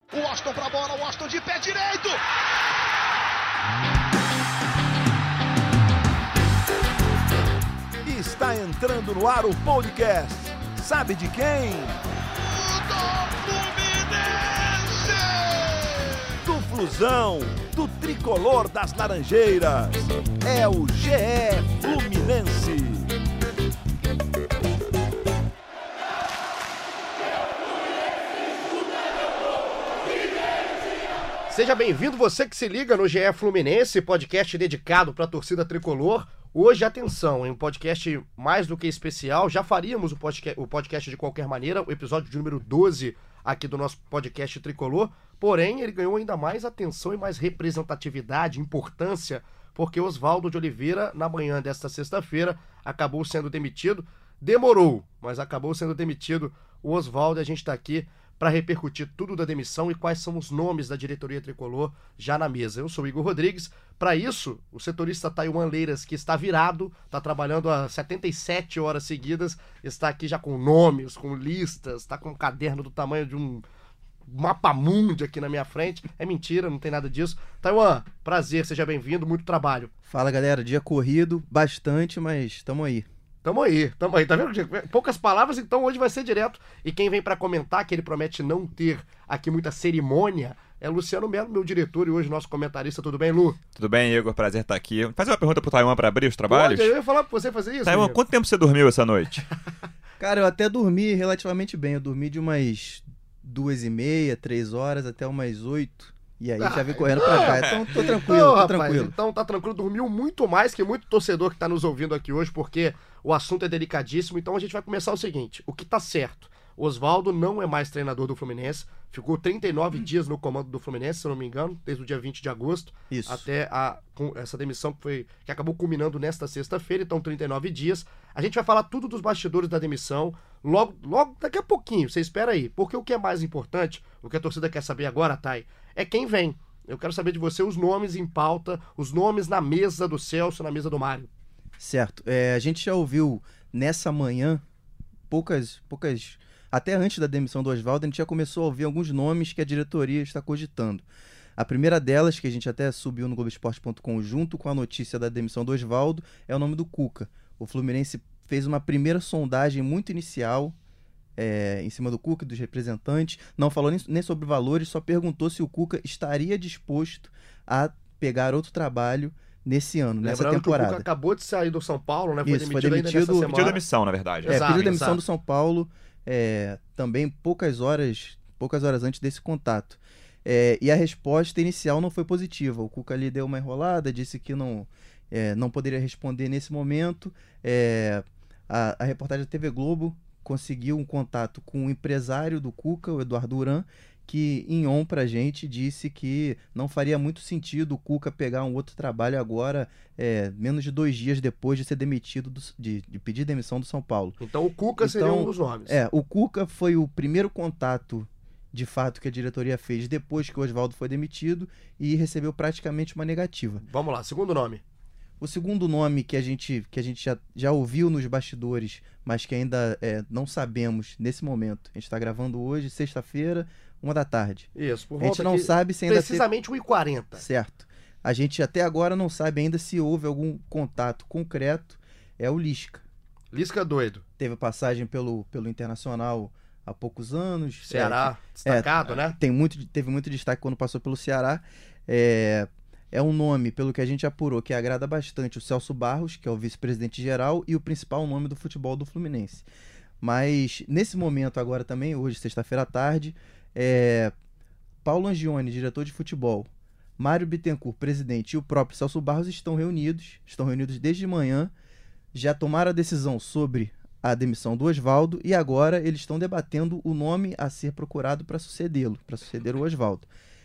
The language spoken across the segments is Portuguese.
O Washington pra bola, o Washington de pé direito. Está entrando no ar o podcast. Sabe de quem? Do Fluminense! Do Flusão, do tricolor das Laranjeiras. É o GE Fluminense. Seja bem-vindo, você que se liga no GE Fluminense, podcast dedicado para a torcida tricolor. Hoje, atenção, em um podcast mais do que especial, já faríamos o podcast de qualquer maneira, o episódio de número 12 aqui do nosso podcast tricolor, porém ele ganhou ainda mais atenção e mais representatividade, importância, porque Oswaldo de Oliveira, na manhã desta sexta-feira, acabou sendo demitido. Demorou, mas acabou sendo demitido o Oswaldo, e a gente está aqui para repercutir tudo da demissão e quais são os nomes da diretoria tricolor já na mesa. Eu sou o Igor Rodrigues. Para isso, o setorista Taiwan Leiras, que está virado, está trabalhando há 77 horas seguidas, está aqui já com nomes, com listas, está com um caderno do tamanho de um mapa-mundi aqui na minha frente. É mentira, não tem nada disso. Taiwan, prazer, seja bem-vindo, muito trabalho. Fala, galera, dia corrido, bastante, mas tamo aí. Tamo aí, tá vendo? Poucas palavras, então hoje vai ser direto. E quem vem pra comentar, que ele promete não ter aqui muita cerimônia, é Luciano Melo, meu diretor e hoje nosso comentarista. Tudo bem, Lu? Tudo bem, Igor, prazer estar aqui. Fazer uma pergunta pro Taiwan pra abrir os trabalhos? Pode, eu ia falar pra você fazer isso. Taiwan, quanto tempo você dormiu essa noite? Cara, eu até dormi relativamente bem, eu dormi de umas 2h30, 3 horas até umas 8. E aí já vim correndo pra cá, então tô tranquilo, tranquilo. Então tá tranquilo, dormiu muito mais que muito torcedor que tá nos ouvindo aqui hoje, porque o assunto é delicadíssimo. Então a gente vai começar o seguinte, o que tá certo: Oswaldo não é mais treinador do Fluminense, ficou 39 dias no comando do Fluminense, se eu não me engano, desde o dia 20 de agosto. Isso. Até essa demissão que acabou culminando nesta sexta-feira, então 39 dias. A gente vai falar tudo dos bastidores da demissão, logo daqui a pouquinho, você espera aí, porque o que é mais importante, o que a torcida quer saber agora, Thay, é quem vem. Eu quero saber de você os nomes em pauta, os nomes na mesa do Celso, na mesa do Mário. Certo, a gente já ouviu nessa manhã, poucas, até antes da demissão do Oswaldo, a gente já começou a ouvir alguns nomes que a diretoria está cogitando. A primeira delas, que a gente até subiu no Globoesporte.com junto com a notícia da demissão do Oswaldo, é o nome do Cuca. O Fluminense fez uma primeira sondagem muito inicial em cima do Cuca, dos representantes, não falou nem sobre valores, só perguntou se o Cuca estaria disposto a pegar outro trabalho nesse ano, nessa temporada. Que o Cuca acabou de sair do São Paulo, né? Foi demitido ainda nessa semana. Pediu demissão, na verdade. Pediu demissão do São Paulo, também poucas horas antes desse contato. E a resposta inicial não foi positiva. O Cuca ali deu uma enrolada, disse que não poderia responder nesse momento. A reportagem da TV Globo conseguiu um contato com o empresário do Cuca, o Eduardo Duran, que em on pra gente disse que não faria muito sentido o Cuca pegar um outro trabalho agora, menos de 2 dias depois de ser demitido, de pedir demissão do São Paulo. Então o Cuca seria um dos nomes. O Cuca foi o primeiro contato, de fato, que a diretoria fez depois que o Oswaldo foi demitido e recebeu praticamente uma negativa. Vamos lá, segundo nome. O segundo nome que a gente já ouviu nos bastidores, mas que ainda não sabemos nesse momento. A gente está gravando hoje, sexta-feira, 13h. Isso, por volta. A gente não sabe se ainda precisamente 1h40. Certo. A gente até agora não sabe ainda se houve algum contato concreto. É o Lisca. Lisca doido. Teve passagem pelo Internacional há poucos anos. Ceará, destacado, né? Teve muito destaque quando passou pelo Ceará. É um nome, pelo que a gente apurou, que agrada bastante o Celso Barros, que é o vice-presidente geral e o principal nome do futebol do Fluminense. Mas, nesse momento agora também, hoje, sexta-feira à tarde, Paulo Angione, diretor de futebol, Mário Bittencourt, presidente, e o próprio Celso Barros estão reunidos desde manhã, já tomaram a decisão sobre a demissão do Oswaldo e agora eles estão debatendo o nome a ser procurado para suceder o Oswaldo.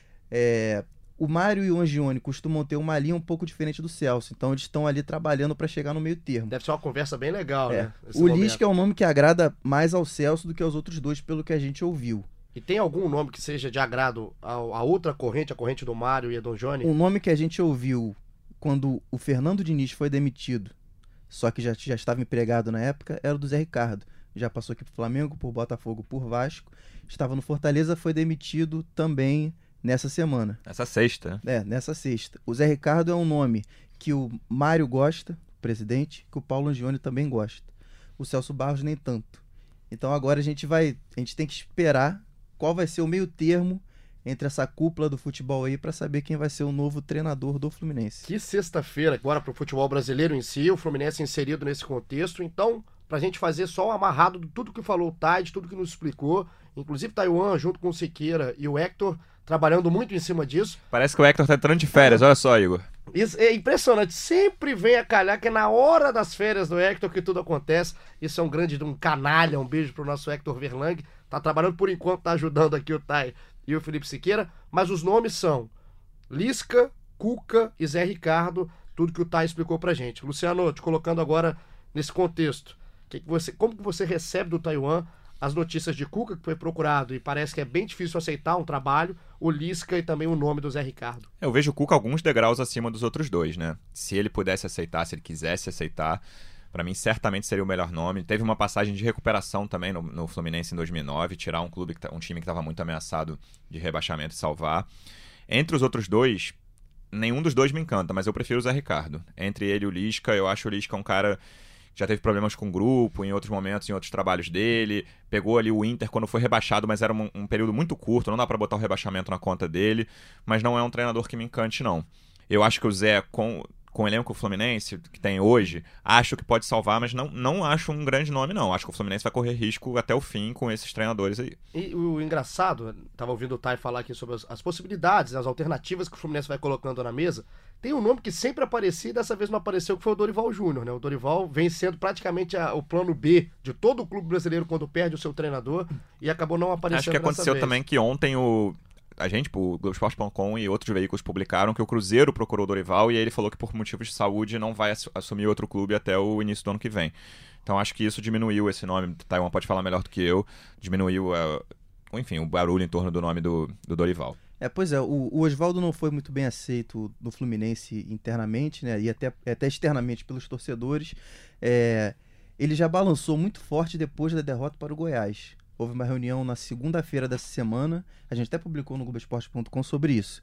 O Mário e o Angione costumam ter uma linha um pouco diferente do Celso, então eles estão ali trabalhando para chegar no meio termo. Deve ser uma conversa bem legal, né? O Lisca é um nome que agrada mais ao Celso do que aos outros dois, pelo que a gente ouviu. E tem algum nome que seja de agrado a outra corrente, a corrente do Mário e do Angione? Um nome que a gente ouviu quando o Fernando Diniz foi demitido, só que já estava empregado na época, era o do Zé Ricardo. já passou aqui por Flamengo, por Botafogo, por Vasco. Estava no Fortaleza, foi demitido também nessa semana. Essa sexta. Nessa sexta. O Zé Ricardo é um nome que o Mário gosta, presidente, que o Paulo Angione também gosta. O Celso Barros nem tanto. Então agora a gente tem que esperar qual vai ser o meio termo entre essa cúpula do futebol aí para saber quem vai ser o novo treinador do Fluminense. Que sexta-feira agora para o futebol brasileiro em si, o Fluminense inserido nesse contexto. Então, pra gente fazer só o amarrado de tudo que falou o Tai, de tudo que nos explicou, inclusive Taiwan junto com o Siqueira e o Hector trabalhando muito em cima disso. Parece que o Hector tá entrando de férias, olha só, Igor. Isso é impressionante, sempre vem a calhar que é na hora das férias do Hector que tudo acontece. Isso é um canalha, um beijo pro nosso Hector Verlang. Tá trabalhando por enquanto, tá ajudando aqui o Tai e o Felipe Siqueira, mas os nomes são Lisca, Cuca e Zé Ricardo, tudo que o Tai explicou pra gente. Luciano, te colocando agora nesse contexto, como que você recebe do Taiwan as notícias de Cuca, que foi procurado e parece que é bem difícil aceitar um trabalho, o Lisca e também o nome do Zé Ricardo? Eu vejo o Cuca alguns degraus acima dos outros dois, né? Se ele pudesse aceitar, se ele quisesse aceitar, pra mim certamente seria o melhor nome. Teve uma passagem de recuperação também no Fluminense em 2009, tirar um time que estava muito ameaçado de rebaixamento e salvar. Entre os outros dois, nenhum dos dois me encanta, mas eu prefiro o Zé Ricardo. Entre ele e o Lisca, eu acho o Lisca um cara que já teve problemas com o grupo, em outros momentos, em outros trabalhos dele. Pegou ali o Inter quando foi rebaixado, mas era um período muito curto, não dá pra botar o rebaixamento na conta dele, mas não é um treinador que me encante, não. Eu acho que o Zé, com o elenco Fluminense que tem hoje, acho que pode salvar, mas não acho um grande nome, não. Acho que o Fluminense vai correr risco até o fim com esses treinadores aí. E o engraçado, tava ouvindo o Tai falar aqui sobre as possibilidades, as alternativas que o Fluminense vai colocando na mesa. Tem um nome que sempre aparecia e dessa vez não apareceu, que foi o Dorival Júnior, né? O Dorival vem sendo praticamente o plano B de todo o clube brasileiro quando perde o seu treinador e acabou não aparecendo. Acho que aconteceu também que ontem a gente, o Globoesporte.com e outros veículos publicaram que o Cruzeiro procurou o Dorival e ele falou que por motivos de saúde não vai assumir outro clube até o início do ano que vem. Então acho que isso diminuiu esse nome, Taiwan pode falar melhor do que eu, diminuiu enfim, o barulho em torno do nome do Dorival. Pois é, o Oswaldo não foi muito bem aceito no Fluminense internamente, né, e até externamente pelos torcedores. Ele já balançou muito forte depois da derrota para o Goiás. Houve uma reunião na segunda-feira dessa semana, a gente até publicou no Globoesporte.com sobre isso.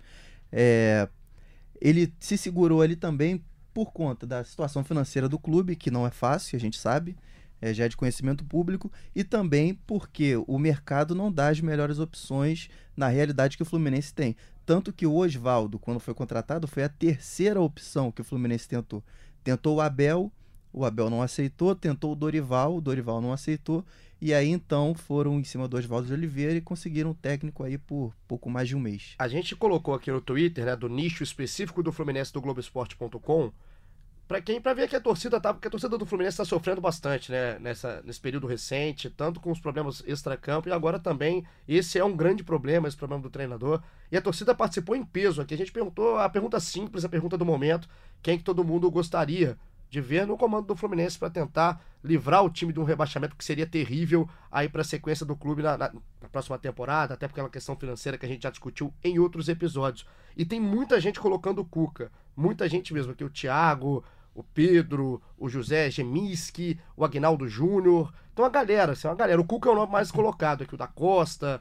Ele se segurou ali também por conta da situação financeira do clube, que não é fácil, a gente sabe, já é de conhecimento público, e também porque o mercado não dá as melhores opções na realidade que o Fluminense tem. Tanto que o Oswaldo, quando foi contratado, foi a terceira opção que o Fluminense tentou. Tentou o Abel não aceitou, tentou o Dorival não aceitou, e aí então foram em cima do Oswaldo de Oliveira e conseguiram um técnico aí por pouco mais de um mês. A gente colocou aqui no Twitter, né, do nicho específico do Fluminense do Globoesporte.com, pra ver que a torcida porque a torcida do Fluminense tá sofrendo bastante, né, nesse período recente, tanto com os problemas extracampo e agora também esse é um grande problema, esse problema do treinador, e a torcida participou em peso aqui. A gente perguntou a pergunta simples, a pergunta do momento, quem que todo mundo gostaria de ver no comando do Fluminense para tentar livrar o time de um rebaixamento que seria terrível aí para a sequência do clube na próxima temporada, até porque é uma questão financeira que a gente já discutiu em outros episódios. E tem muita gente colocando o Cuca, muita gente mesmo, aqui o Thiago, o Pedro, o José Geminski, o Aguinaldo Júnior. Então a galera, o Cuca é o nome mais colocado aqui, o da Costa,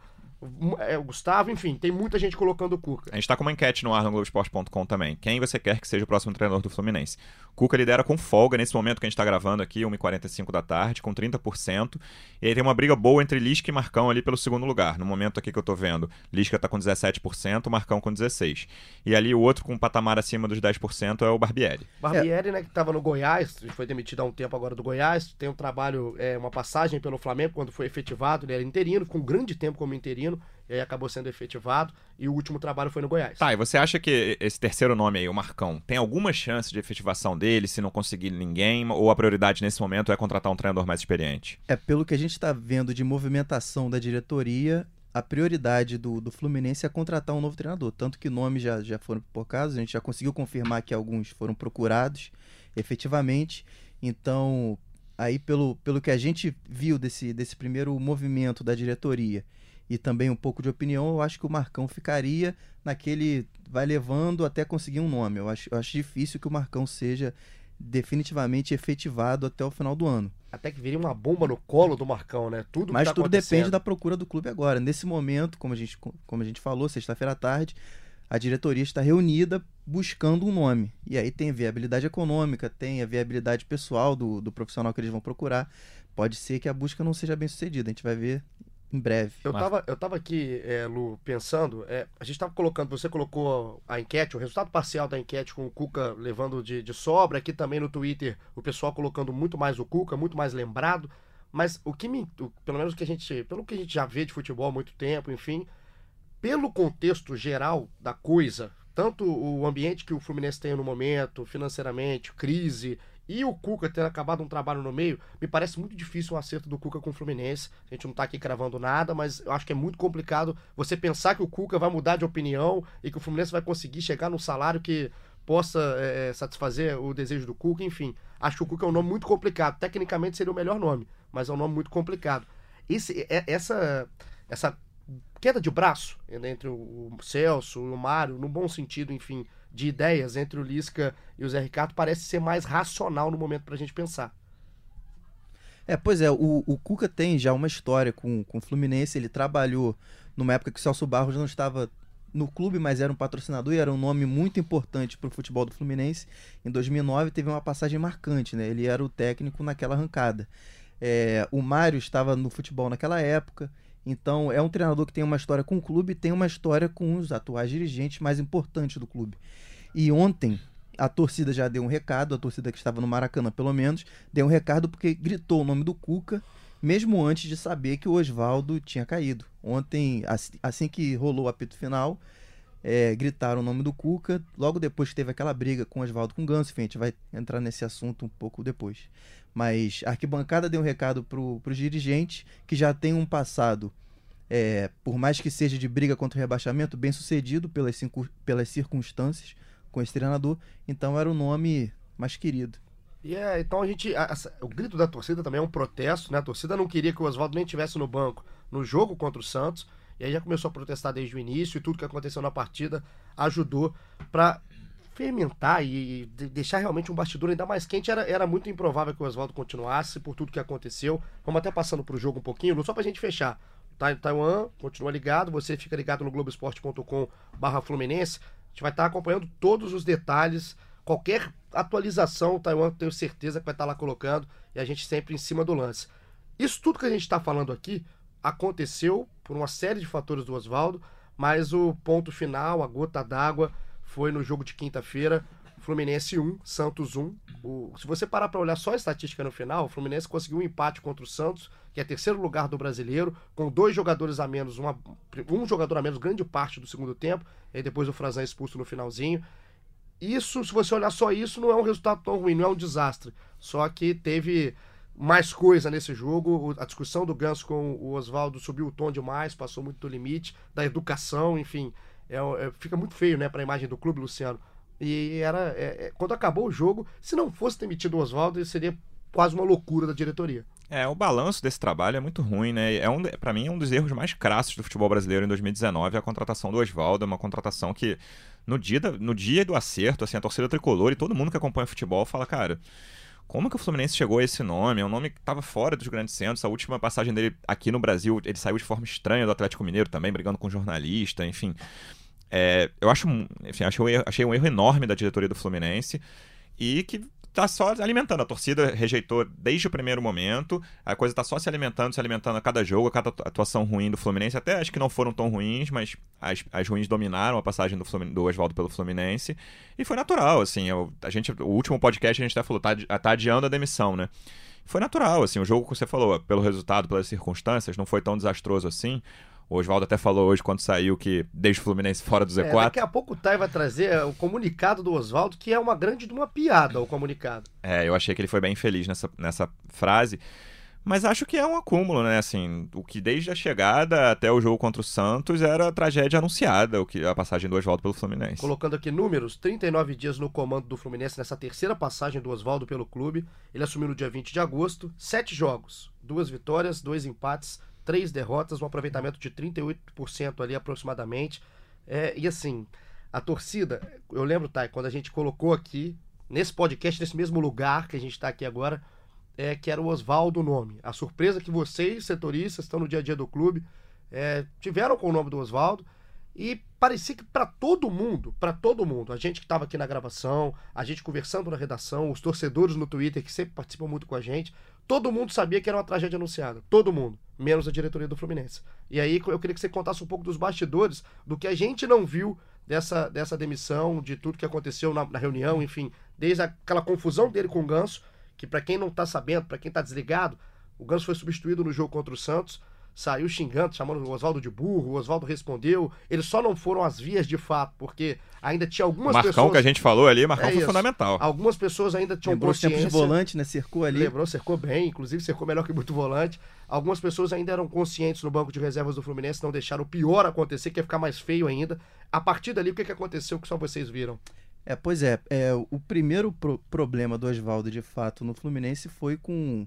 o Gustavo, enfim, tem muita gente colocando o Cuca. A gente tá com uma enquete no ar no Globoesporte.com também. Quem você quer que seja o próximo treinador do Fluminense? Cuca lidera com folga nesse momento que a gente tá gravando aqui, 1h45 da tarde, com 30%. E aí tem uma briga boa entre Lisca e Marcão ali pelo segundo lugar. No momento aqui que eu tô vendo, Lisca tá com 17%, Marcão com 16%. E ali o outro com um patamar acima dos 10% é o Barbieri. Barbieri, né, que tava no Goiás, foi demitido há um tempo agora do Goiás, tem um trabalho, uma passagem pelo Flamengo quando foi efetivado, ele era interino, ficou um grande tempo como interino, e aí acabou sendo efetivado, e o último trabalho foi no Goiás. Tá, e você acha que esse terceiro nome aí, o Marcão, tem alguma chance de efetivação dele se não conseguir ninguém, ou a prioridade nesse momento é contratar um treinador mais experiente? Pelo que a gente está vendo de movimentação da diretoria, a prioridade do Fluminense é contratar um novo treinador, tanto que nomes já foram pipocados, a gente já conseguiu confirmar que alguns foram procurados efetivamente, então aí pelo que a gente viu desse primeiro movimento da diretoria e também um pouco de opinião, eu acho que o Marcão ficaria naquele vai levando até conseguir um nome. Eu acho difícil que o Marcão seja definitivamente efetivado até o final do ano. Até que viria uma bomba no colo do Marcão, né? Mas tá tudo acontecendo. depende da procura do clube agora. Nesse momento, como a gente falou, sexta-feira à tarde, a diretoria está reunida buscando um nome. E aí tem a viabilidade econômica, tem a viabilidade pessoal do profissional que eles vão procurar. Pode ser que a busca não seja bem sucedida, a gente vai ver em breve. Eu tava aqui, Lu, pensando, a gente tava colocando, você colocou a enquete, o resultado parcial da enquete com o Cuca levando de sobra, aqui também no Twitter o pessoal colocando muito mais o Cuca, muito mais lembrado, mas pelo menos pelo que a gente já vê de futebol há muito tempo, enfim, pelo contexto geral da coisa, tanto o ambiente que o Fluminense tem no momento, financeiramente, crise, e o Cuca ter acabado um trabalho no meio, me parece muito difícil um acerto do Cuca com o Fluminense. A gente não tá aqui cravando nada, mas eu acho que é muito complicado você pensar que o Cuca vai mudar de opinião e que o Fluminense vai conseguir chegar num salário que possa satisfazer o desejo do Cuca, enfim. Acho que o Cuca é um nome muito complicado. Tecnicamente seria o melhor nome, mas é um nome muito complicado. Essa queda de braço entre o Celso e o Mário, no bom sentido, enfim, de ideias entre o Lisca e o Zé Ricardo, parece ser mais racional no momento pra gente pensar. Pois é, o Cuca tem já uma história com o Fluminense. Ele trabalhou numa época que o Celso Barros não estava no clube, mas era um patrocinador e era um nome muito importante para o futebol do Fluminense. Em 2009 teve uma passagem marcante, né? Ele era o técnico naquela arrancada. O Mário estava no futebol naquela época. Então é um treinador que tem uma história com o clube e tem uma história com os atuais dirigentes mais importantes do clube. E ontem a torcida já deu um recado, a torcida que estava no Maracanã pelo menos, deu um recado porque gritou o nome do Cuca, mesmo antes de saber que o Oswaldo tinha caído. Ontem, assim que rolou o apito final, gritaram o nome do Cuca, logo depois que teve aquela briga com o Oswaldo com o Ganso. Enfim, a gente vai entrar nesse assunto um pouco depois. Mas a arquibancada deu um recado para os dirigentes que já tem um passado, por mais que seja de briga contra o rebaixamento, bem sucedido pelas circunstâncias com esse treinador, então era o nome mais querido. Então o grito da torcida também é um protesto, né? A torcida não queria que o Oswaldo nem estivesse no banco no jogo contra o Santos, e aí já começou a protestar desde o início, e tudo que aconteceu na partida ajudou para fermentar e deixar realmente um bastidor ainda mais quente. Era muito improvável que o Oswaldo continuasse por tudo que aconteceu. Vamos até passando pro jogo um pouquinho, Lu, só pra gente fechar. Taiwan continua ligado, você fica ligado no Globoesporte.com/Fluminense. A gente vai estar acompanhando todos os detalhes, qualquer atualização, o Taiwan tenho certeza que vai estar lá colocando, e a gente sempre em cima do lance. Isso tudo que a gente está falando aqui aconteceu por uma série de fatores do Oswaldo, mas o ponto final, a gota d'água, foi no jogo de quinta-feira, Fluminense 1, Santos 1. Se você parar para olhar só a estatística no final, o Fluminense conseguiu um empate contra o Santos, que é terceiro lugar do Brasileiro, com 2 jogadores a menos, um jogador a menos grande parte do segundo tempo, e aí depois o Frazan expulso no finalzinho. Isso, se você olhar só isso, não é um resultado tão ruim, não é um desastre. Só que teve mais coisa nesse jogo, a discussão do Ganso com o Oswaldo subiu o tom demais, passou muito do limite, da educação, enfim, fica muito feio, né, para a imagem do clube, Luciano. E quando acabou o jogo, se não fosse demitido o Oswaldo, seria quase uma loucura da diretoria. O balanço desse trabalho é muito ruim, né? Pra mim é um dos erros mais crassos do futebol brasileiro em 2019, a contratação do Oswaldo. É uma contratação que, no dia do acerto, assim, a torcida tricolor e todo mundo que acompanha futebol fala, cara, como que o Fluminense chegou a esse nome? É um nome que estava fora dos grandes centros. A última passagem dele aqui no Brasil, ele saiu de forma estranha do Atlético Mineiro também, brigando com jornalista, enfim. Eu achei um erro enorme da diretoria do Fluminense e que tá só alimentando. A torcida rejeitou desde o primeiro momento, a coisa tá só se alimentando a cada jogo, a cada atuação ruim do Fluminense. Até acho que não foram tão ruins, mas as ruins dominaram a passagem do Oswaldo pelo Fluminense, e foi natural, assim. O último podcast a gente até falou, tá adiando a demissão, né? Foi natural, assim, o jogo que você falou, pelo resultado, pelas circunstâncias, não foi tão desastroso assim. O Oswaldo até falou hoje, quando saiu, que deixa o Fluminense fora do Z4. Daqui a pouco o Thay vai trazer o comunicado do Oswaldo, que é uma grande de uma piada, o comunicado. Eu achei que ele foi bem feliz nessa frase. Mas acho que é um acúmulo, né? Assim, o que desde a chegada até o jogo contra o Santos era a tragédia anunciada, a passagem do Oswaldo pelo Fluminense. Colocando aqui números, 39 dias no comando do Fluminense nessa terceira passagem do Oswaldo pelo clube. Ele assumiu no dia 20 de agosto, 7 jogos, 2 vitórias, 2 empates, 3 derrotas, um aproveitamento de 38% ali aproximadamente. E assim, a torcida, eu lembro, Thay, quando a gente colocou aqui nesse podcast, nesse mesmo lugar que a gente está aqui agora, que era o Oswaldo o nome. A surpresa que vocês, setoristas, estão no dia a dia do clube, tiveram com o nome do Oswaldo, e parecia que para todo mundo, a gente que estava aqui na gravação, a gente conversando na redação, os torcedores no Twitter que sempre participam muito com a gente, todo mundo sabia que era uma tragédia anunciada. Todo mundo, menos a diretoria do Fluminense. E aí eu queria que você contasse um pouco dos bastidores, do que a gente não viu dessa demissão, de tudo que aconteceu na reunião, enfim, desde aquela confusão dele com o Ganso, que para quem não tá sabendo, para quem tá desligado, o Ganso foi substituído no jogo contra o Santos, saiu xingando, chamando o Oswaldo de burro, o Oswaldo respondeu, eles só não foram às vias de fato, porque ainda tinha algumas pessoas... Marcão que a gente falou ali, Marcão foi fundamental. Algumas pessoas ainda tinham consciência... Lembrou os tempos de volante, né? Cercou ali. Cercou bem, inclusive cercou melhor que muito volante. Algumas pessoas ainda eram conscientes no banco de reservas do Fluminense, não deixaram o pior acontecer, que ia ficar mais feio ainda. A partir dali, o que aconteceu que só vocês viram? Pois é. O primeiro problema do Oswaldo, de fato, no Fluminense foi com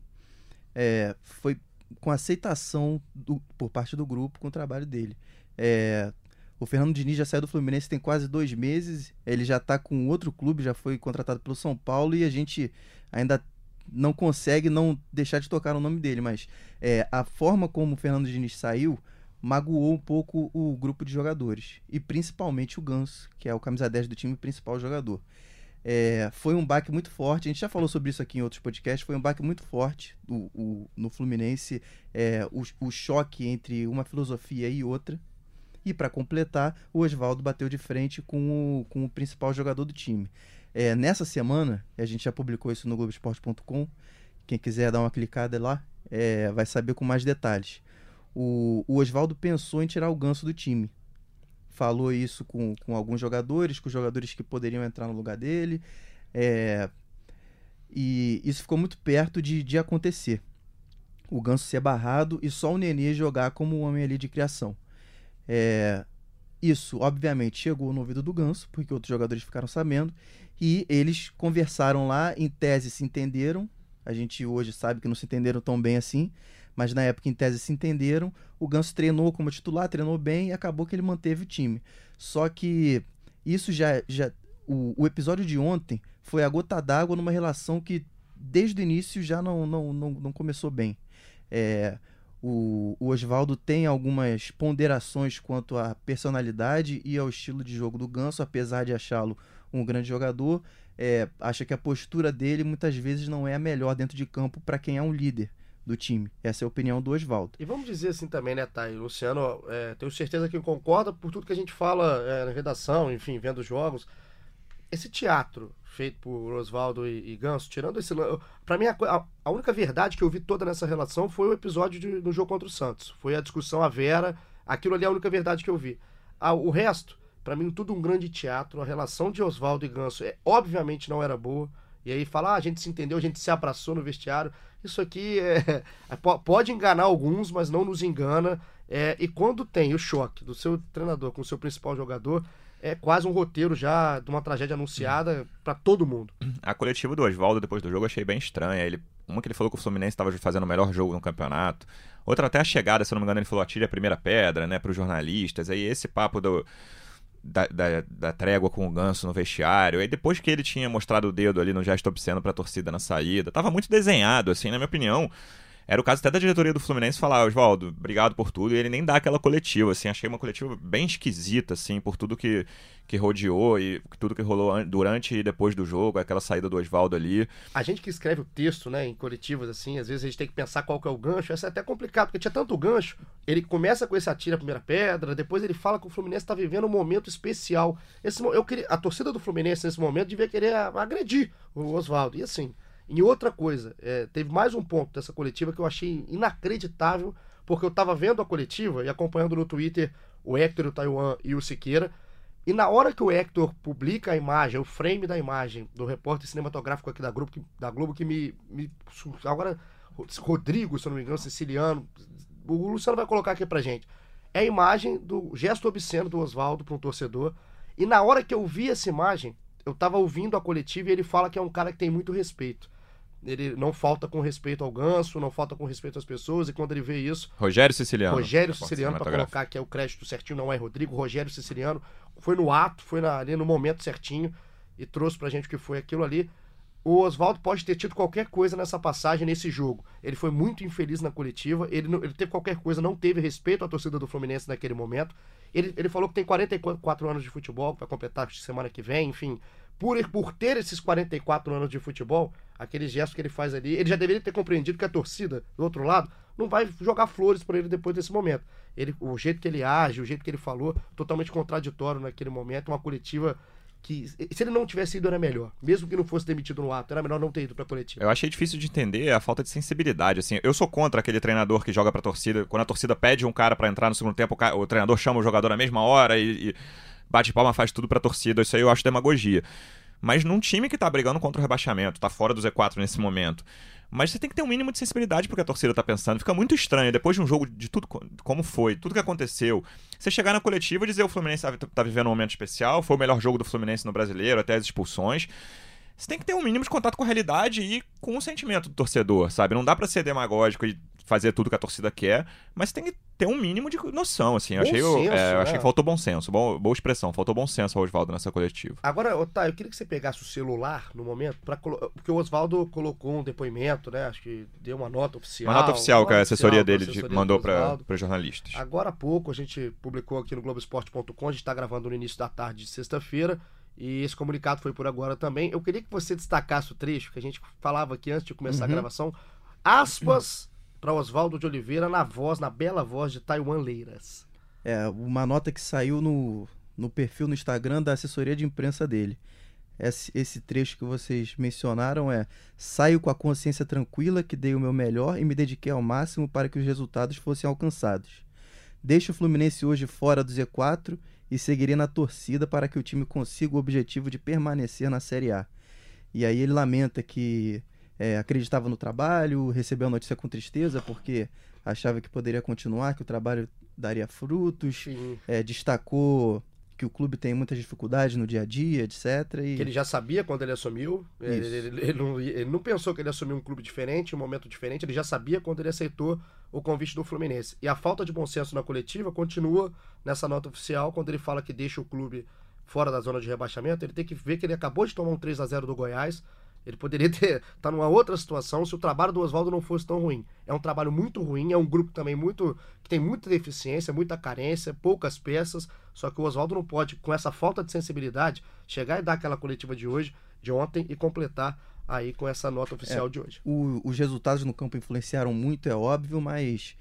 a aceitação por parte do grupo com o trabalho dele. O Fernando Diniz já saiu do Fluminense tem quase 2 meses, ele já está com outro clube, já foi contratado pelo São Paulo, e a gente ainda não consegue não deixar de tocar no nome dele, mas a forma como o Fernando Diniz saiu magoou um pouco o grupo de jogadores, e principalmente o Ganso, que é o camisa 10 do time, principal jogador. Foi um baque muito forte, a gente já falou sobre isso aqui em outros podcasts, foi um baque muito forte no Fluminense, o choque entre uma filosofia e outra, e para completar, o Oswaldo bateu de frente com o principal jogador do time. Nessa semana, a gente já publicou isso no Globoesporte.com, quem quiser dar uma clicada lá, vai saber com mais detalhes. O Oswaldo pensou em tirar o Ganso do time. Falou isso com alguns jogadores, com os jogadores que poderiam entrar no lugar dele, e isso ficou muito perto de acontecer. O Ganso ser barrado e só o Nenê jogar como um homem ali de criação. Isso, obviamente, chegou no ouvido do Ganso, porque outros jogadores ficaram sabendo, e eles conversaram lá, em tese se entenderam. A gente hoje sabe que não se entenderam tão bem assim, mas na época, em tese, se entenderam. O Ganso treinou como titular, treinou bem, e acabou que ele manteve o time. Só que isso o episódio de ontem foi a gota d'água numa relação que desde o início já não começou bem. O Oswaldo tem algumas ponderações quanto à personalidade e ao estilo de jogo do Ganso, apesar de achá-lo um grande jogador. Acha que a postura dele muitas vezes não é a melhor dentro de campo para quem é um líder do time. Essa é a opinião do Oswaldo. E vamos dizer assim também, né, Thay? Luciano, tenho certeza que concorda por tudo que a gente fala na redação, enfim, vendo os jogos. Esse teatro feito por Oswaldo e Ganso, tirando esse... Pra mim, a única verdade que eu vi toda nessa relação foi o episódio no jogo contra o Santos. Foi a discussão, a Vera, aquilo ali é a única verdade que eu vi. O resto, pra mim, tudo um grande teatro. A relação de Oswaldo e Ganso obviamente não era boa. E aí fala, a gente se entendeu, a gente se abraçou no vestiário. Isso aqui pode enganar alguns, mas não nos engana. E quando tem o choque do seu treinador com o seu principal jogador, é quase um roteiro já de uma tragédia anunciada para todo mundo. A coletiva do Oswaldo depois do jogo eu achei bem estranha. Uma que ele falou que o Fluminense estava fazendo o melhor jogo no campeonato. Outra até a chegada, se eu não me engano, ele falou atire a primeira pedra, né, para os jornalistas. Aí esse papo da trégua com o Ganso no vestiário. Aí depois que ele tinha mostrado o dedo ali no gesto obsceno pra torcida na saída, tava muito desenhado, assim, na minha opinião. Era o caso até da diretoria do Fluminense falar, Oswaldo, obrigado por tudo, e ele nem dá aquela coletiva, assim, achei uma coletiva bem esquisita, assim, por tudo que rodeou e tudo que rolou durante e depois do jogo, aquela saída do Oswaldo ali. A gente que escreve o texto, né, em coletivas, assim, às vezes a gente tem que pensar qual que é o gancho, essa é até complicado, porque tinha tanto gancho, ele começa com esse atira a primeira pedra, depois ele fala que o Fluminense tá vivendo um momento especial. A torcida do Fluminense nesse momento devia querer agredir o Oswaldo, e assim... E outra coisa, teve mais um ponto dessa coletiva que eu achei inacreditável, porque eu tava vendo a coletiva e acompanhando no Twitter o Hector, o Taiwan e o Siqueira, e na hora que o Hector publica a imagem, o frame da imagem do repórter cinematográfico aqui da Globo, que agora, Rodrigo, se eu não me engano, siciliano, o Luciano vai colocar aqui pra gente, é a imagem do gesto obsceno do Oswaldo para um torcedor, e na hora que eu vi essa imagem, eu tava ouvindo a coletiva e ele fala que é um cara que tem muito respeito. Ele não falta com respeito ao Ganso, não falta com respeito às pessoas, e quando ele vê isso... Rogério Siciliano, para colocar que é o crédito certinho, não é Rodrigo, Rogério Siciliano, foi no ato, foi ali no momento certinho, e trouxe pra gente o que foi aquilo ali. O Oswaldo pode ter tido qualquer coisa nessa passagem, nesse jogo. Ele foi muito infeliz na coletiva, ele teve qualquer coisa, não teve respeito à torcida do Fluminense naquele momento. Ele falou que tem 44 anos de futebol, vai completar semana que vem, enfim. Por ter esses 44 anos de futebol, aquele gesto que ele faz ali, ele já deveria ter compreendido que a torcida, do outro lado, não vai jogar flores para ele depois desse momento. O jeito que ele age, o jeito que ele falou, totalmente contraditório naquele momento, uma coletiva que, se ele não tivesse ido, era melhor. Mesmo que não fosse demitido no ato, era melhor não ter ido pra coletiva. Eu achei difícil de entender a falta de sensibilidade, assim. Eu sou contra aquele treinador que joga pra torcida, quando a torcida pede um cara pra entrar no segundo tempo, o treinador chama o jogador na mesma hora e bate palma, faz tudo pra torcida. Isso aí eu acho demagogia. Mas num time que tá brigando contra o rebaixamento, tá fora do Z4 nesse momento, mas você tem que ter um mínimo de sensibilidade pro que a torcida tá pensando. Fica muito estranho, depois de um jogo de tudo como foi, tudo que aconteceu, você chegar na coletiva e dizer que o Fluminense tá vivendo um momento especial, foi o melhor jogo do Fluminense no Brasileiro, até as expulsões. Você tem que ter um mínimo de contato com a realidade e com o sentimento do torcedor, sabe? Não dá pra ser demagógico e fazer tudo que a torcida quer, mas tem que ter um mínimo de noção, assim. Eu achei que faltou bom senso, boa expressão, faltou bom senso ao Oswaldo nessa coletiva. Agora, Otávio, eu queria que você pegasse o celular no momento, porque o Oswaldo colocou um depoimento, né? Acho que deu uma nota oficial. Uma nota oficial que a assessoria dele mandou para jornalistas. Agora há pouco, a gente publicou aqui no Globoesporte.com, a gente está gravando no início da tarde de sexta-feira, e esse comunicado foi por agora também. Eu queria que você destacasse o trecho que a gente falava aqui antes de começar a gravação. Aspas para Oswaldo de Oliveira na bela voz de Taiwan Leiras. Uma nota que saiu no perfil no Instagram da assessoria de imprensa dele. Esse trecho que vocês mencionaram saio com a consciência tranquila que dei o meu melhor e me dediquei ao máximo para que os resultados fossem alcançados. Deixo o Fluminense hoje fora do Z4 e seguirei na torcida para que o time consiga o objetivo de permanecer na Série A. E aí ele lamenta que acreditava no trabalho, recebeu a notícia com tristeza porque achava que poderia continuar, que o trabalho daria frutos, destacou que o clube tem muitas dificuldades no dia a dia, etc. Que ele já sabia quando ele assumiu, ele não pensou que ele assumiu um clube diferente, um momento diferente, ele já sabia quando ele aceitou o convite do Fluminense. E a falta de bom senso na coletiva continua nessa nota oficial, quando ele fala que deixa o clube fora da zona de rebaixamento. Ele tem que ver que ele acabou de tomar um 3-0 do Goiás. Ele poderia estar numa outra situação se o trabalho do Oswaldo não fosse tão ruim. É um trabalho muito ruim, é um grupo também que tem muita deficiência, muita carência, poucas peças, só que o Oswaldo não pode, com essa falta de sensibilidade, chegar e dar aquela coletiva de ontem e completar aí com essa nota oficial de hoje. Os resultados no campo influenciaram muito, é óbvio, mas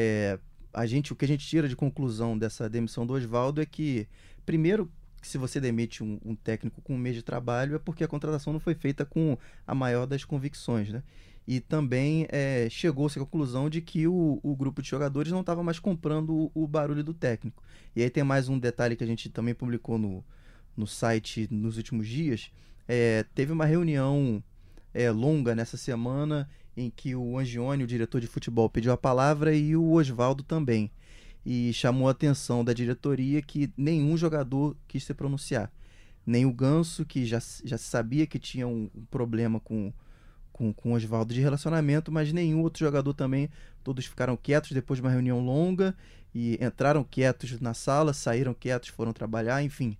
o que a gente tira de conclusão dessa demissão do Oswaldo é que, primeiro, se você demite um técnico com um mês de trabalho é porque a contratação não foi feita com a maior das convicções, né? E também chegou-se à conclusão de que o grupo de jogadores não estava mais comprando o barulho do técnico. E aí tem mais um detalhe que a gente também publicou no site nos últimos dias. Teve uma reunião longa nessa semana em que o Angione, o diretor de futebol, pediu a palavra e o Oswaldo também. E chamou a atenção da diretoria que nenhum jogador quis se pronunciar. Nem o Ganso, que já se sabia que tinha um problema com o Oswaldo de relacionamento, mas nenhum outro jogador também. Todos ficaram quietos depois de uma reunião longa e entraram quietos na sala, saíram quietos, foram trabalhar, enfim.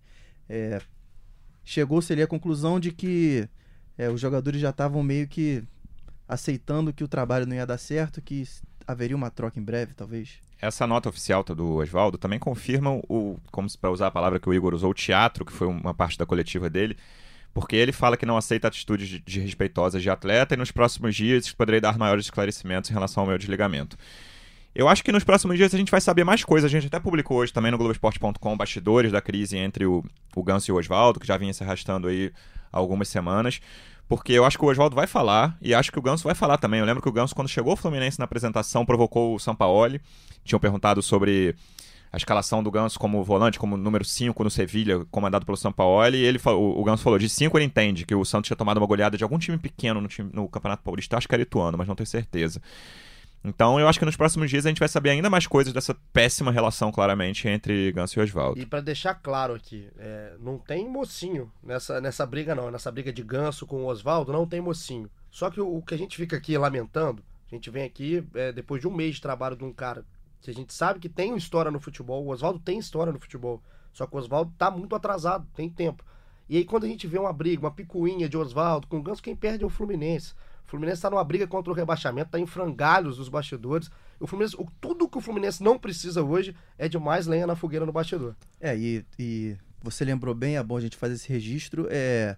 Chegou-se ali à conclusão de que os jogadores já estavam meio que aceitando que o trabalho não ia dar certo, que haveria uma troca em breve, talvez. Essa nota oficial do Oswaldo também confirma como para usar a palavra que o Igor usou, o teatro, que foi uma parte da coletiva dele, porque ele fala que não aceita atitudes desrespeitosas de atleta e nos próximos dias poderei dar maiores esclarecimentos em relação ao meu desligamento. Eu acho que nos próximos dias a gente vai saber mais coisas. A gente até publicou hoje também no Globoesporte.com bastidores da crise entre o Ganso e o Oswaldo, que já vinha se arrastando aí há algumas semanas. Porque eu acho que o Oswaldo vai falar, e acho que o Ganso vai falar também. Eu lembro que o Ganso, quando chegou ao Fluminense na apresentação, provocou o Sampaoli. Tinham perguntado sobre a escalação do Ganso como volante, como número 5 no Sevilha, comandado pelo Sampaoli. E o Ganso falou, de 5 ele entende que o Santos tinha tomado uma goleada de algum time pequeno no Campeonato Paulista. Acho que era Ituano, mas não tenho certeza. Então eu acho que nos próximos dias a gente vai saber ainda mais coisas dessa péssima relação, claramente, entre Ganso e Oswaldo. E pra deixar claro aqui, não tem mocinho nessa briga não, nessa briga de Ganso com o Oswaldo, não tem mocinho. Só que o que a gente fica aqui lamentando, a gente vem aqui depois de um mês de trabalho de um cara que a gente sabe que tem história no futebol, o Oswaldo tem história no futebol, só que o Oswaldo tá muito atrasado, tem tempo. E aí quando a gente vê uma briga, uma picuinha de Oswaldo com o Ganso, quem perde é o Fluminense. O Fluminense está numa briga contra o rebaixamento, está em frangalhos dos bastidores. O Fluminense, tudo que o Fluminense não precisa hoje é de mais lenha na fogueira no bastidor. E você lembrou bem, é bom a gente fazer esse registro.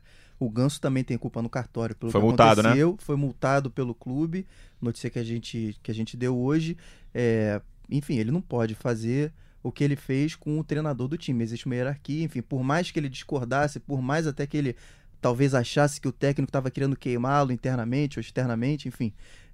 O Ganso também tem culpa no cartório pelo Foi que multado, aconteceu. né? Foi multado pelo clube. Notícia que a gente deu hoje. Enfim, ele não pode fazer o que ele fez com o treinador do time. Existe uma hierarquia, enfim, por mais que ele discordasse, por mais até que ele talvez achasse que o técnico estava querendo queimá-lo internamente ou externamente, enfim,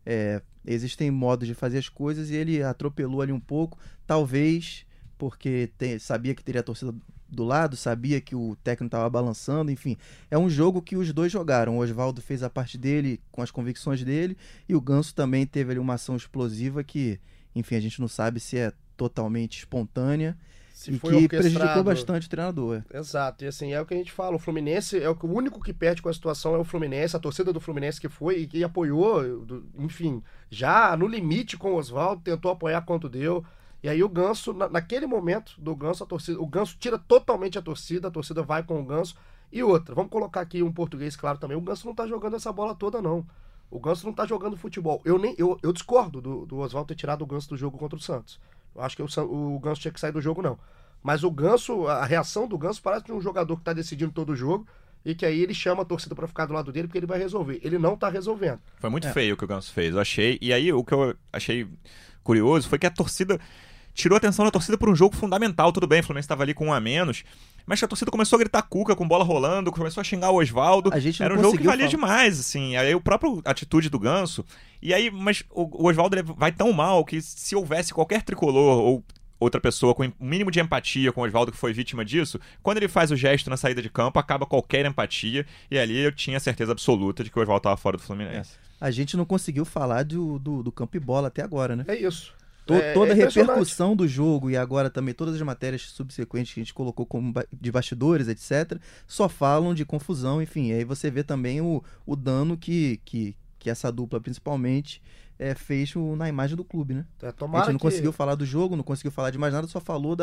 existem modos de fazer as coisas e ele atropelou ali um pouco, talvez porque sabia que teria a torcida do lado, sabia que o técnico estava balançando, enfim, é um jogo que os dois jogaram. O Oswaldo fez a parte dele com as convicções dele e o Ganso também teve ali uma ação explosiva que, enfim, a gente não sabe se é totalmente espontânea e que prejudicou bastante o treinador. Exato, e assim, é o que a gente fala, o Fluminense é o único que perde com a situação é o Fluminense, a torcida do Fluminense que foi e que apoiou, enfim, já no limite com o Oswaldo, tentou apoiar quanto deu, e aí o Ganso, naquele momento do Ganso, o Ganso tira totalmente a torcida vai com o Ganso, e outra, vamos colocar aqui um português claro também, o Ganso não tá jogando essa bola toda não, o Ganso não tá jogando futebol, eu discordo do Oswaldo ter tirado o Ganso do jogo contra o Santos. Eu acho que o Ganso tinha que sair do jogo, não. Mas o Ganso, a reação do Ganso parece de um jogador que tá decidindo todo o jogo e que aí ele chama a torcida pra ficar do lado dele porque ele vai resolver. Ele não tá resolvendo. Foi muito feio o que o Ganso fez, eu achei. E aí o que eu achei curioso foi que a torcida tirou a atenção da torcida por um jogo fundamental. Tudo bem, o Fluminense estava ali com 1 a menos, mas a torcida começou a gritar cuca com bola rolando, começou a xingar o Oswaldo. Era um jogo que valia demais, assim. Aí a própria atitude do Ganso. E aí, mas o Oswaldo vai tão mal que se houvesse qualquer tricolor ou outra pessoa com o mínimo de empatia com o Oswaldo que foi vítima disso, quando ele faz o gesto na saída de campo, acaba qualquer empatia. E ali eu tinha certeza absoluta de que o Oswaldo estava fora do Fluminense. A gente não conseguiu falar do campo e bola até agora, né? É isso. Toda a repercussão do jogo e agora também todas as matérias subsequentes que a gente colocou como de bastidores, etc., só falam de confusão, enfim. Aí você vê também o dano que essa dupla, principalmente, fez na imagem do clube, né? A gente não conseguiu falar do jogo, não conseguiu falar de mais nada, só falou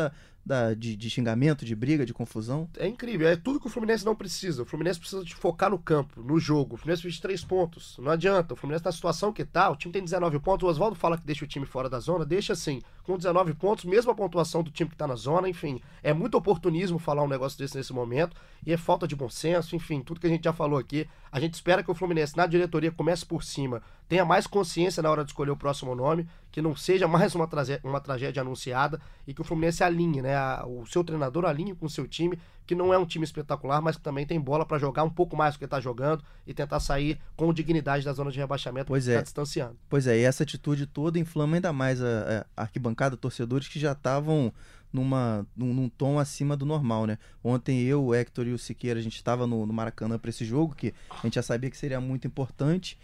de xingamento, de briga, de confusão. É incrível, é tudo que o Fluminense não precisa. O Fluminense precisa de focar no campo, no jogo. O Fluminense precisa de 3 pontos. Não adianta. O Fluminense na situação que tá, o time tem 19 pontos. O Oswaldo fala que deixa o time fora da zona, deixa assim, com 19 pontos, mesma pontuação do time que tá na zona, enfim. É muito oportunismo falar um negócio desse nesse momento, e é falta de bom senso, enfim, tudo que a gente já falou aqui. A gente espera que o Fluminense, na diretoria, comece por cima, tenha mais consciência na hora de escolher o próximo nome, que não seja mais uma tragédia anunciada e que o Fluminense alinhe, né? O seu treinador alinhe com o seu time, que não é um time espetacular, mas que também tem bola para jogar um pouco mais do que está jogando e tentar sair com dignidade da zona de rebaixamento que está distanciando. Pois é, e essa atitude toda inflama ainda mais a arquibancada, torcedores que já estavam num tom acima do normal, né? Ontem eu, o Hector e o Siqueira, a gente estava no Maracanã para esse jogo, que a gente já sabia que seria muito importante,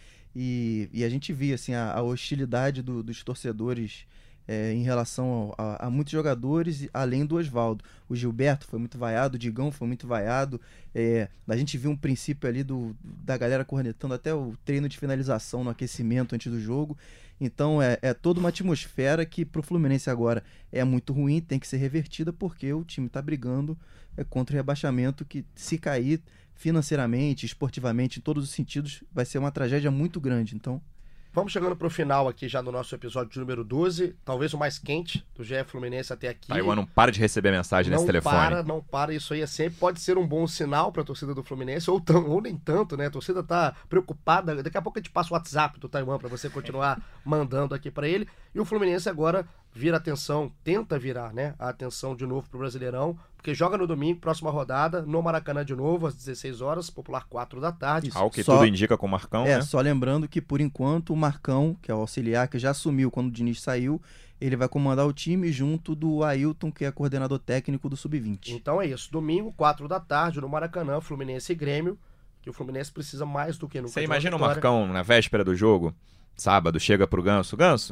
e a gente via assim, a hostilidade dos torcedores em relação a muitos jogadores, além do Oswaldo. O Gilberto foi muito vaiado, o Digão foi muito vaiado. A gente viu um princípio ali da galera cornetando até o treino de finalização no aquecimento antes do jogo. Então é toda uma atmosfera que pro Fluminense agora é muito ruim, tem que ser revertida, porque o time tá brigando contra o rebaixamento, que se cair financeiramente, esportivamente, em todos os sentidos, vai ser uma tragédia muito grande. Então, vamos chegando pro final aqui já do nosso episódio de número 12, talvez o mais quente do GE Fluminense até aqui. Taiwan não para de receber mensagem nesse telefone. Não para, isso aí pode ser um bom sinal pra torcida do Fluminense, ou nem tanto, né? A torcida tá preocupada, daqui a pouco a gente passa o WhatsApp do Taiwan pra você continuar mandando aqui pra ele, e o Fluminense agora vira atenção, tenta virar, né, a atenção de novo pro Brasileirão, porque joga no domingo, próxima rodada, no Maracanã de novo, às 16 horas, Popular 4 da tarde. Ao que tudo indica com o Marcão, né? Só lembrando que, por enquanto, o Marcão, que é o auxiliar, que já assumiu quando o Diniz saiu, ele vai comandar o time junto do Ailton, que é coordenador técnico do Sub-20. Então é isso, domingo, 4 da tarde, no Maracanã, Fluminense e Grêmio, que o Fluminense precisa mais do que nunca. Você imagina o Marcão na véspera do jogo, sábado, chega pro Ganso,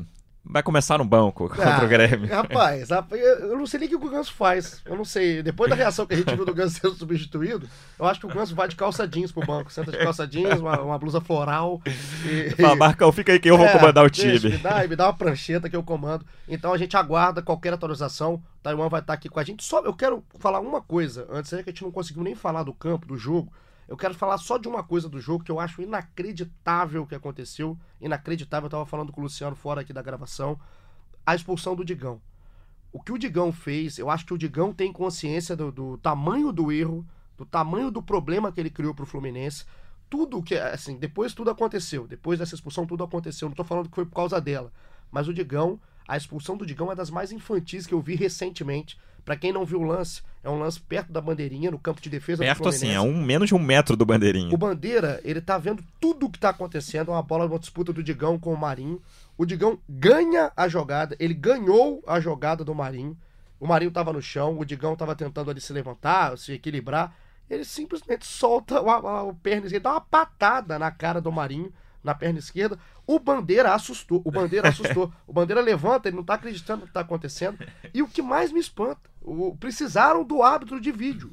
vai começar no banco contra o Grêmio. Rapaz, eu não sei nem o que o Ganso faz. Eu não sei. Depois da reação que a gente viu do Ganso sendo substituído, eu acho que o Ganso vai de calça jeans pro banco. Senta de calça jeans, uma blusa floral. Fala, Marcão, fica aí que eu vou comandar o time. Me dá uma prancheta que eu comando. Então a gente aguarda qualquer atualização. Taiwan vai estar aqui com a gente. Só eu quero falar uma coisa. Antes, que a gente não conseguiu nem falar do campo, do jogo. Eu quero falar só de uma coisa do jogo que eu acho inacreditável o que aconteceu. Inacreditável, eu tava falando com o Luciano fora aqui da gravação. A expulsão do Digão. O que o Digão fez, eu acho que o Digão tem consciência do tamanho do erro, do tamanho do problema que ele criou pro Fluminense. Tudo que, assim, depois tudo aconteceu. Depois dessa expulsão tudo aconteceu. Não tô falando que foi por causa dela. Mas o Digão, a expulsão do Digão é das mais infantis que eu vi recentemente. Pra quem não viu o lance, é um lance perto da bandeirinha, no campo de defesa do Fluminense. Perto assim, menos de 1 metro do bandeirinha. O Bandeira, ele tá vendo tudo o que tá acontecendo, uma bola, uma disputa do Digão com o Marinho. O Digão ganha a jogada, ele ganhou a jogada do Marinho. O Marinho tava no chão, o Digão tava tentando ali se levantar, se equilibrar. Ele simplesmente solta o perna esquerda, dá uma patada na cara do Marinho, na perna esquerda. O Bandeira assustou. O Bandeira levanta, ele não tá acreditando no que tá acontecendo. E o que mais me espanta, precisaram do árbitro de vídeo.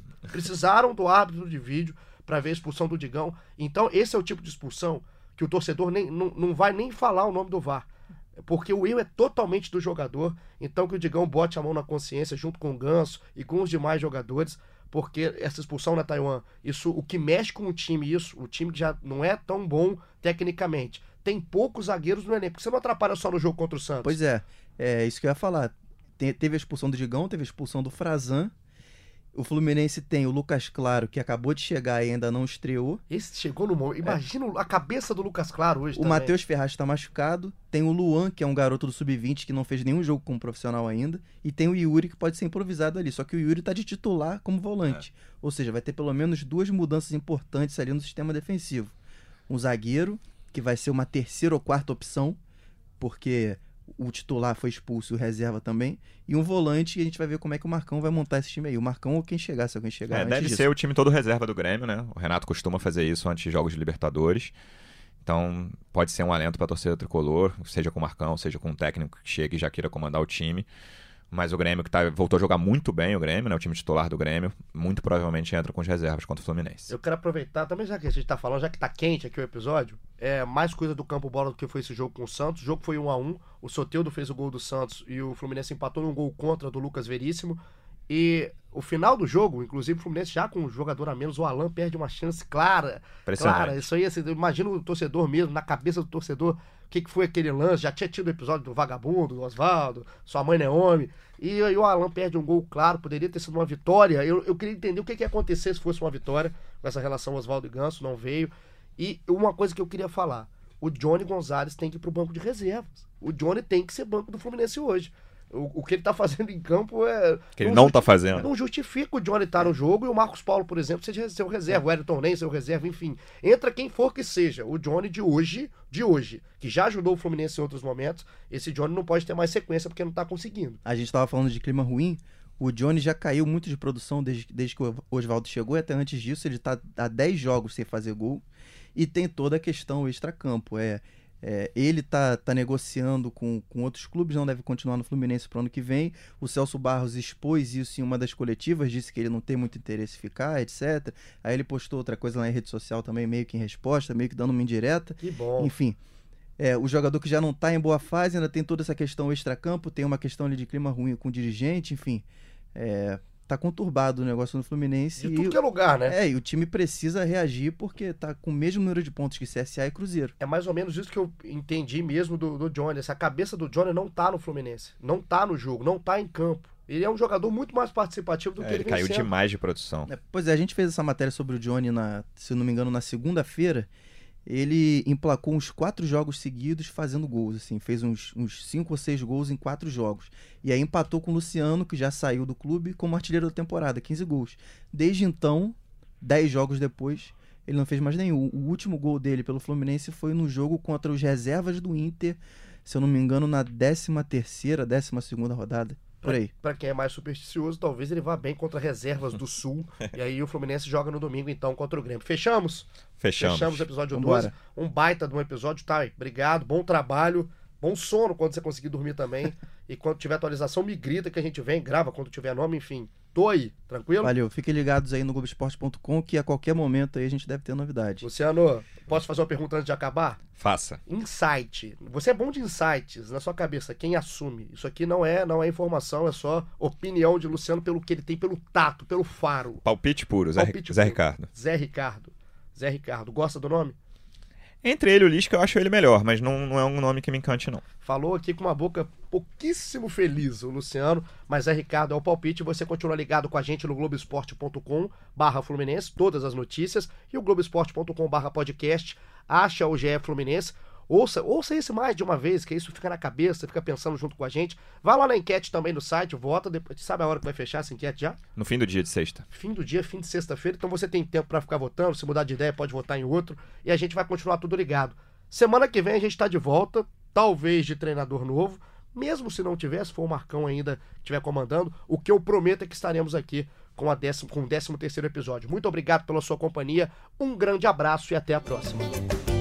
Pra ver a expulsão do Digão. Então, esse é o tipo de expulsão que o torcedor não vai nem falar o nome do VAR. Porque o erro é totalmente do jogador. Então, que o Digão bote a mão na consciência junto com o Ganso e com os demais jogadores. Porque essa expulsão na Taiwan, isso, o que mexe com o time, o time que já não é tão bom tecnicamente. Tem poucos zagueiros no elenco, porque você não atrapalha só no jogo contra o Santos. Pois é isso que eu ia falar. Teve a expulsão do Digão, teve a expulsão do Frazan. O Fluminense tem o Lucas Claro, que acabou de chegar e ainda não estreou. Esse chegou no momento. Imagina a cabeça do Lucas Claro hoje. O Matheus Ferraz está machucado. Tem o Luan, que é um garoto do Sub-20, que não fez nenhum jogo como profissional ainda. E tem o Yuri, que pode ser improvisado ali. Só que o Yuri está de titular como volante. Ou seja, vai ter pelo menos 2 mudanças importantes ali no sistema defensivo. Um zagueiro, que vai ser uma terceira ou quarta opção, porque o titular foi expulso e o reserva também, e um volante, e a gente vai ver como é que o Marcão vai montar esse time aí. O Marcão ou quem chegar, se alguém chegar antes deve disso. ser o time todo reserva do Grêmio, né? O Renato costuma fazer isso antes de jogos de Libertadores. Então, pode ser um alento para a torcida tricolor, seja com o Marcão, seja com um técnico que chegue e já queira comandar o time. Mas o Grêmio, que voltou a jogar muito bem, o time titular do Grêmio, muito provavelmente entra com as reservas contra o Fluminense. Eu quero aproveitar, também já que a gente tá falando, já que tá quente aqui o episódio, mais coisa do campo bola do que foi esse jogo com o Santos. O jogo foi 1-1, o Soteldo fez o gol do Santos e o Fluminense empatou num gol contra do Lucas Veríssimo. E o final do jogo, inclusive o Fluminense já com um jogador a menos, o Alan perde uma chance clara. Isso aí, assim, imagina o torcedor mesmo, na cabeça do torcedor, o que foi aquele lance. Já tinha tido o episódio do Vagabundo, do Oswaldo, Sua Mãe Não é Homem. E aí o Alan perde um gol claro, poderia ter sido uma vitória. Eu queria entender o que ia acontecer se fosse uma vitória com essa relação Oswaldo e Ganso, não veio. E uma coisa que eu queria falar, o Johnny Gonzalez tem que ir pro banco de reservas. O Johnny tem que ser banco do Fluminense hoje. O que ele tá fazendo em campo é... Que ele não tá fazendo. Não justifica o Johnny estar no jogo e o Marcos Paulo, por exemplo, ser seu reserva. O Wellington nem seu reserva, enfim. Entra quem for que seja. O Johnny de hoje, que já ajudou o Fluminense em outros momentos, esse Johnny não pode ter mais sequência porque não tá conseguindo. A gente tava falando de clima ruim. O Johnny já caiu muito de produção desde que o Oswaldo chegou, e até antes disso ele tá há 10 jogos sem fazer gol. E tem toda a questão extracampo. Ele tá negociando com outros clubes, não deve continuar no Fluminense pro ano que vem. O Celso Barros expôs isso em uma das coletivas, disse que ele não tem muito interesse em ficar, etc. Aí ele postou outra coisa lá em rede social também, meio que em resposta, meio que dando uma indireta. Que bom. Enfim, o jogador que já não tá em boa fase, ainda tem toda essa questão extracampo, tem uma questão ali de clima ruim com o dirigente, enfim. Tá conturbado o negócio no Fluminense. De tudo que é lugar, né? E o time precisa reagir porque tá com o mesmo número de pontos que CSA e Cruzeiro. É mais ou menos isso que eu entendi mesmo do Johnny. Essa cabeça do Johnny não tá no Fluminense. Não tá no jogo, não tá em campo. Ele é um jogador muito mais participativo do que ele vem caiu sendo. demais de produção. Pois é, a gente fez essa matéria sobre o Johnny, se não me engano, na segunda-feira. Ele emplacou uns 4 jogos seguidos fazendo gols, assim, fez uns 5 ou 6 gols em 4 jogos. E aí empatou com o Luciano, que já saiu do clube, como artilheiro da temporada, 15 gols. Desde então, 10 jogos depois, ele não fez mais nenhum. O último gol dele pelo Fluminense foi no jogo contra os reservas do Inter, se eu não me engano, na 13ª, 12ª rodada. Por aí. Pra quem é mais supersticioso, talvez ele vá bem contra reservas do Sul. E aí o Fluminense joga no domingo, então, contra o Grêmio. Fechamos? Fechamos o episódio 12. Um baita de um episódio, tá? Obrigado, bom trabalho. Bom sono quando você conseguir dormir também. E quando tiver atualização, me grita que a gente vem, grava quando tiver nome, enfim. Tô aí, tranquilo? Valeu, fiquem ligados aí no Globoesporte.com que a qualquer momento aí a gente deve ter novidade. Luciano, posso fazer uma pergunta antes de acabar? Faça. Insight. Você é bom de insights na sua cabeça. Quem assume? Isso aqui não é informação, é só opinião de Luciano pelo que ele tem, pelo tato, pelo faro. Palpite puro, Palpite Zé puro. Ricardo. Zé Ricardo. Gosta do nome? Entre ele e o Lisca, eu acho ele melhor, mas não é um nome que me encante, não. Falou aqui com uma boca pouquíssimo feliz o Luciano, mas Zé Ricardo é o palpite. Você continua ligado com a gente no Globoesporte.com/Fluminense, todas as notícias, e o Globoesporte.com/podcast. Acha o GE Fluminense. Ouça esse mais de uma vez, que isso fica na cabeça, fica pensando junto com a gente. Vai lá na enquete também no site, vota. Depois, sabe a hora que vai fechar essa enquete já? No fim do dia de sexta. Fim do dia, fim de sexta-feira. Então você tem tempo pra ficar votando. Se mudar de ideia, pode votar em outro. E a gente vai continuar tudo ligado. Semana que vem a gente tá de volta, talvez de treinador novo. Mesmo se não tiver, se for o Marcão ainda estiver comandando, o que eu prometo é que estaremos aqui com o 13º episódio. Muito obrigado pela sua companhia, um grande abraço e até a próxima.